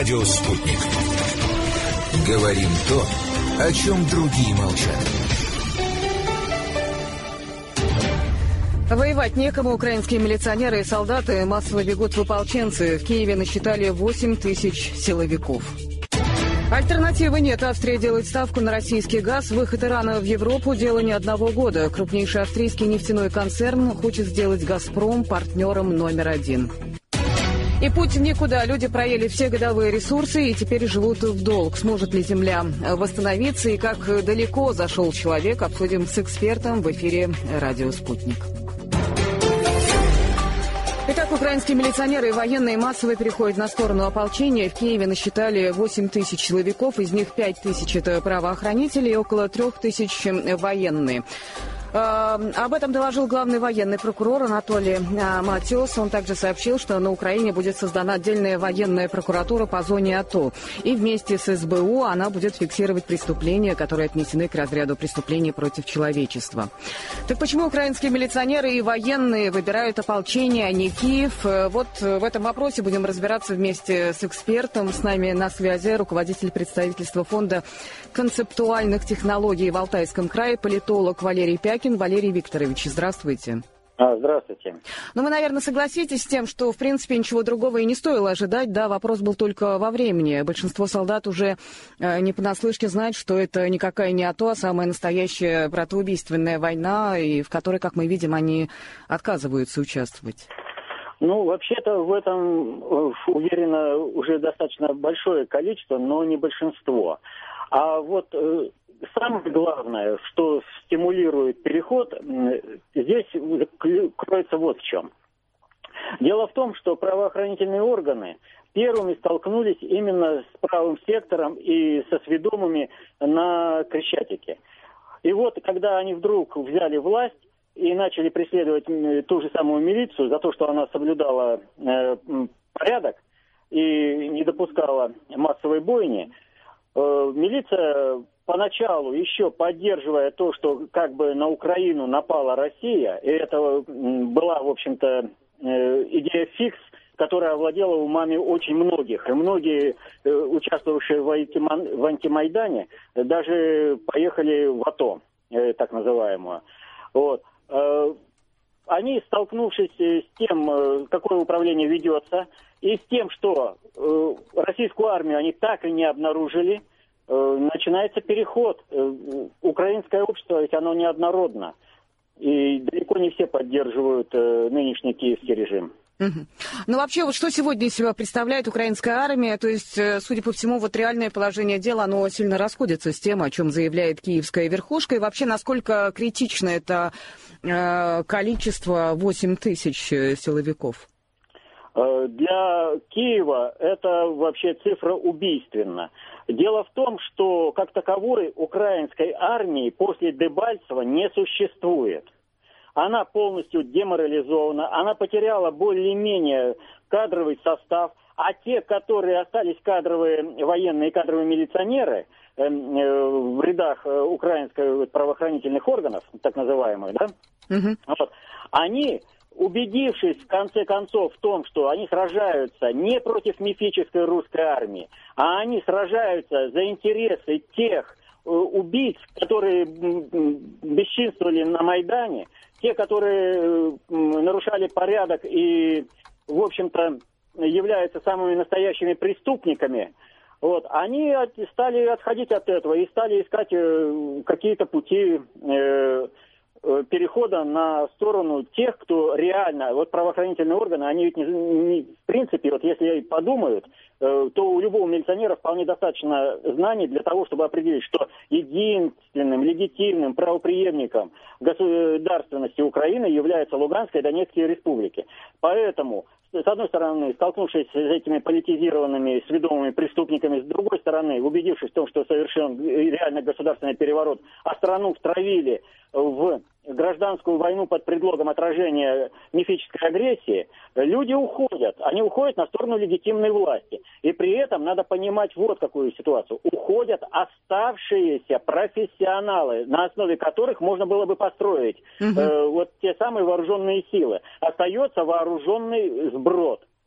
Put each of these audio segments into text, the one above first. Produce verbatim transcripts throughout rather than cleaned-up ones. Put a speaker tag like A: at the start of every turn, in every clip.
A: Радио «Спутник». Говорим то, о чем другие молчат.
B: Воевать некому. Украинские милиционеры и солдаты массово бегут в ополченцы. В Киеве насчитали восемь тысяч силовиков. Альтернативы нет. Австрия делает ставку на российский газ. Выход Ирана в Европу – дело не одного года. Крупнейший австрийский нефтяной концерн хочет сделать «Газпром» партнером номер один. И путь в никуда. Люди проели все годовые ресурсы и теперь живут в долг. Сможет ли Земля восстановиться и как далеко зашел человек, обсудим с экспертом в эфире «Радио Спутник». Итак, украинские милиционеры и военные массово переходят на сторону ополчения. В Киеве насчитали восемь тысяч силовиков, из них пять тысяч это правоохранители и около трех тысяч военные. Об этом доложил главный военный прокурор Анатолий Матиос. Он также сообщил, что на Украине будет создана отдельная военная прокуратура по зоне АТО. И вместе с СБУ она будет фиксировать преступления, которые отнесены к разряду преступлений против человечества. Так почему украинские милиционеры и военные выбирают ополчение, а не Киев? Вот в этом вопросе будем разбираться вместе с экспертом. С нами на связи руководитель представительства фонда концептуальных технологий в Алтайском крае, политолог Валерий Пякин. Валерий Викторович, здравствуйте.
C: А, здравствуйте.
B: Ну, вы, наверное, согласитесь с тем, что, в принципе, ничего другого и не стоило ожидать. Да, вопрос был только во времени. Большинство солдат уже э, не понаслышке знает, что это никакая не АТО, а самая настоящая братоубийственная война, и в которой, как мы видим, они отказываются участвовать.
C: Ну, вообще-то в этом, уверено, уже достаточно большое количество, но не большинство. А вот э, самое главное, что стимулирует переход, э, здесь кроется вот в чем. Дело в том, что правоохранительные органы первыми столкнулись именно с правым сектором и со сведомыми на Крещатике. И вот, когда они вдруг взяли власть и начали преследовать ту же самую милицию за то, что она соблюдала э, порядок и не допускала массовой бойни, э, милиция поначалу, еще поддерживая то, что как бы на Украину напала Россия, и это была, в общем-то, э, идея фикс, которая овладела умами очень многих. И многие, э, участвовавшие в, антиман, в антимайдане, даже поехали в АТО, э, так называемую. Вот. Они, столкнувшись с тем, какое управление ведется, и с тем, что российскую армию они так и не обнаружили, начинается переход. Украинское общество, ведь оно неоднородно. И далеко не все поддерживают нынешний киевский режим.
B: Угу. Ну, вообще, вот что сегодня из себя представляет украинская армия? То есть, судя по всему, вот реальное положение дела, оно сильно расходится с тем, о чем заявляет киевская верхушка. И вообще, насколько критично это э, количество восемь тысяч силовиков?
C: Для Киева это вообще цифра убийственна. Дело в том, что как таковой украинской армии после Дебальцева не существует. Она полностью деморализована, она потеряла более-менее кадровый состав, а те, которые остались кадровые военные и кадровые милиционеры э, э, в рядах э, украинских правоохранительных органов, так называемых, да, uh-huh. вот, они, убедившись в конце концов в том, что они сражаются не против мифической русской армии, а они сражаются за интересы тех э, убийц, которые бесчинствовали на Майдане, те, которые э, нарушали порядок и, в общем-то, являются самыми настоящими преступниками, вот, они от, стали отходить от этого и стали искать э, какие-то пути э, э, перехода на сторону тех, кто реально, вот правоохранительные органы, они ведь не, не, в принципе, вот если подумают, э, то у любого милиционера вполне достаточно знаний для того, чтобы определить, что единственным легитимным правопреемником государственности Украины являются Луганская и Донецкие республики. Поэтому, с одной стороны, столкнувшись с этими политизированными, сведомыми преступниками, с другой стороны, убедившись в том, что совершен реально государственный переворот, а страну втравили в гражданскую войну под предлогом отражения мифической агрессии, люди уходят. Они уходят на сторону легитимной власти. И при этом надо понимать вот какую ситуацию. Уходят оставшиеся профессионалы, на основе которых можно было бы построить угу. э, вот те самые вооруженные силы. Остается вооруженный сброд.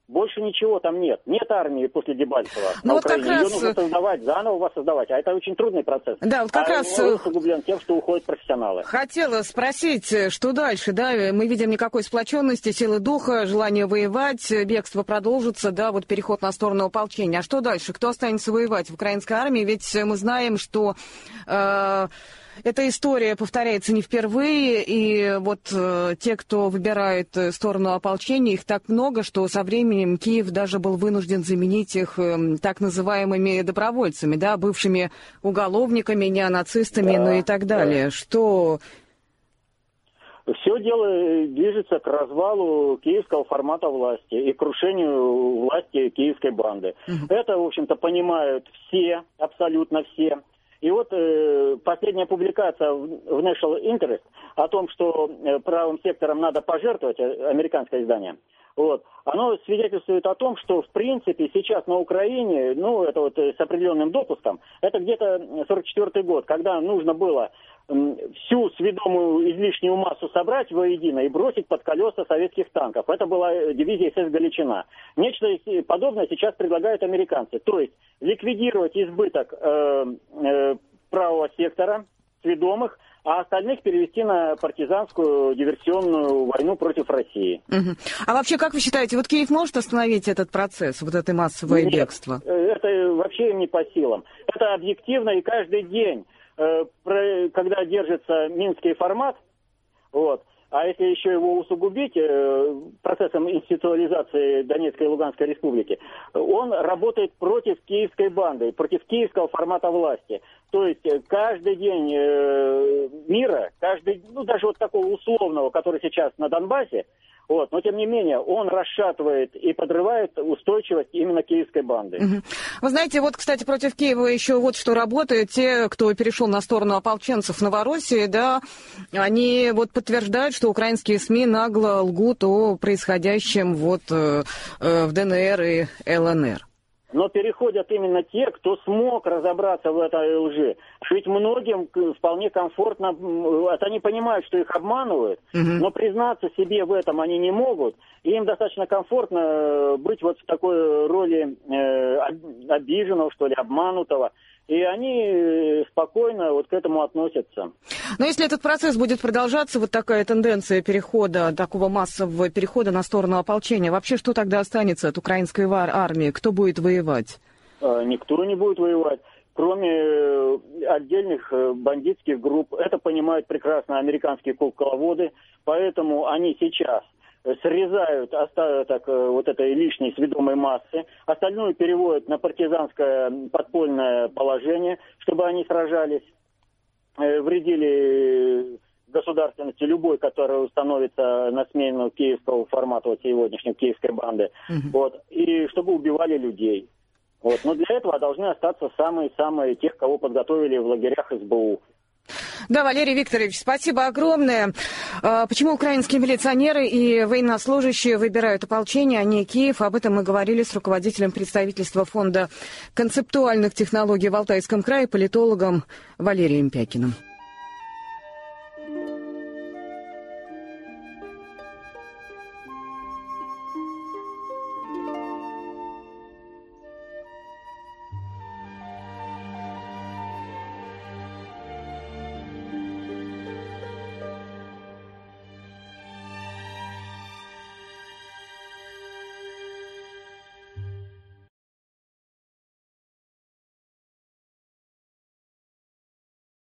C: Больше ничего там нет. Нет армии после Дебальцева
B: ну,
C: на
B: вот
C: Украине.
B: как раз...
C: Ее нужно создавать, заново воссоздавать. А это очень трудный процесс.
B: Да, вот как
C: а
B: раз...
C: он усугублен тем, что уходят профессионалы.
B: Хотела спросить, что дальше, да? Мы видим никакой сплоченности, силы духа, желание воевать, бегство продолжится, да, вот переход на сторону ополчения. А что дальше? Кто останется воевать в украинской армии? Ведь мы знаем, что... Э- Эта история повторяется не впервые, и вот э, те, кто выбирает сторону ополчения, их так много, что со временем Киев даже был вынужден заменить их э, так называемыми добровольцами, да, бывшими уголовниками, неонацистами, да, ну и так далее. Да. Что...
C: Все дело движется к развалу киевского формата власти и крушению власти киевской банды. Угу. Это, в общем-то, понимают все, абсолютно все. И вот э, последняя публикация в, в National Interest о том, что э, правым сектором надо пожертвовать, американское издание, вот, оно свидетельствует о том, что в принципе сейчас на Украине, ну это вот с определенным допуском, это где-то сорок четвёртый год, когда нужно было всю сведомую излишнюю массу собрать воедино и бросить под колеса советских танков. Это была дивизия эс эс «Галичина». Нечто подобное сейчас предлагают американцы. То есть ликвидировать избыток э, э, правого сектора, сведомых, а остальных перевести на партизанскую диверсионную войну против России.
B: Угу. А вообще, как вы считаете, вот Киев может остановить этот процесс, вот это массовое
C: Нет,
B: бегство?
C: Это вообще не по силам. Это объективно, и каждый день, когда держится минский формат, вот, а если еще его усугубить процессом институализации Донецкой и Луганской республики, он работает против киевской банды, против киевского формата власти. То есть каждый день мира, каждый, ну даже вот такого условного, который сейчас на Донбассе, вот, но тем не менее он расшатывает и подрывает устойчивость именно киевской банды.
B: Угу. Вы знаете, вот, кстати, против Киева еще вот что работает. Те, кто перешел на сторону ополченцев в Новороссии, да, они вот подтверждают, что украинские СМИ нагло лгут о происходящем вот э, в ДНР и эл эн эр.
C: Но переходят именно те, кто смог разобраться в этой лжи. Ведь многим вполне комфортно, это они понимают, что их обманывают, угу. но признаться себе в этом они не могут. И им достаточно комфортно быть вот в такой роли э, обиженного, что ли, обманутого. И они спокойно вот к этому относятся.
B: Но если этот процесс будет продолжаться, вот такая тенденция перехода, такого массового перехода на сторону ополчения, вообще что тогда останется от украинской армии? Кто будет воевать?
C: Никто не будет воевать, кроме отдельных бандитских групп. Это понимают прекрасно американские кукловоды, поэтому они сейчас срезают остаток вот этой лишней сведомой массы, остальную переводят на партизанское подпольное положение, чтобы они сражались, вредили государственности любой, которая установится на смену киевского формата, вот сегодняшней киевской банды, угу. вот, и чтобы убивали людей. Вот. Но для этого должны остаться самые-самые тех, кого подготовили в лагерях эс бэ у.
B: Да, Валерий Викторович, спасибо огромное. Почему украинские милиционеры и военнослужащие выбирают ополчение, а не Киев? Об этом мы говорили с руководителем представительства Фонда концептуальных технологий в Алтайском крае, политологом Валерием Пякиным.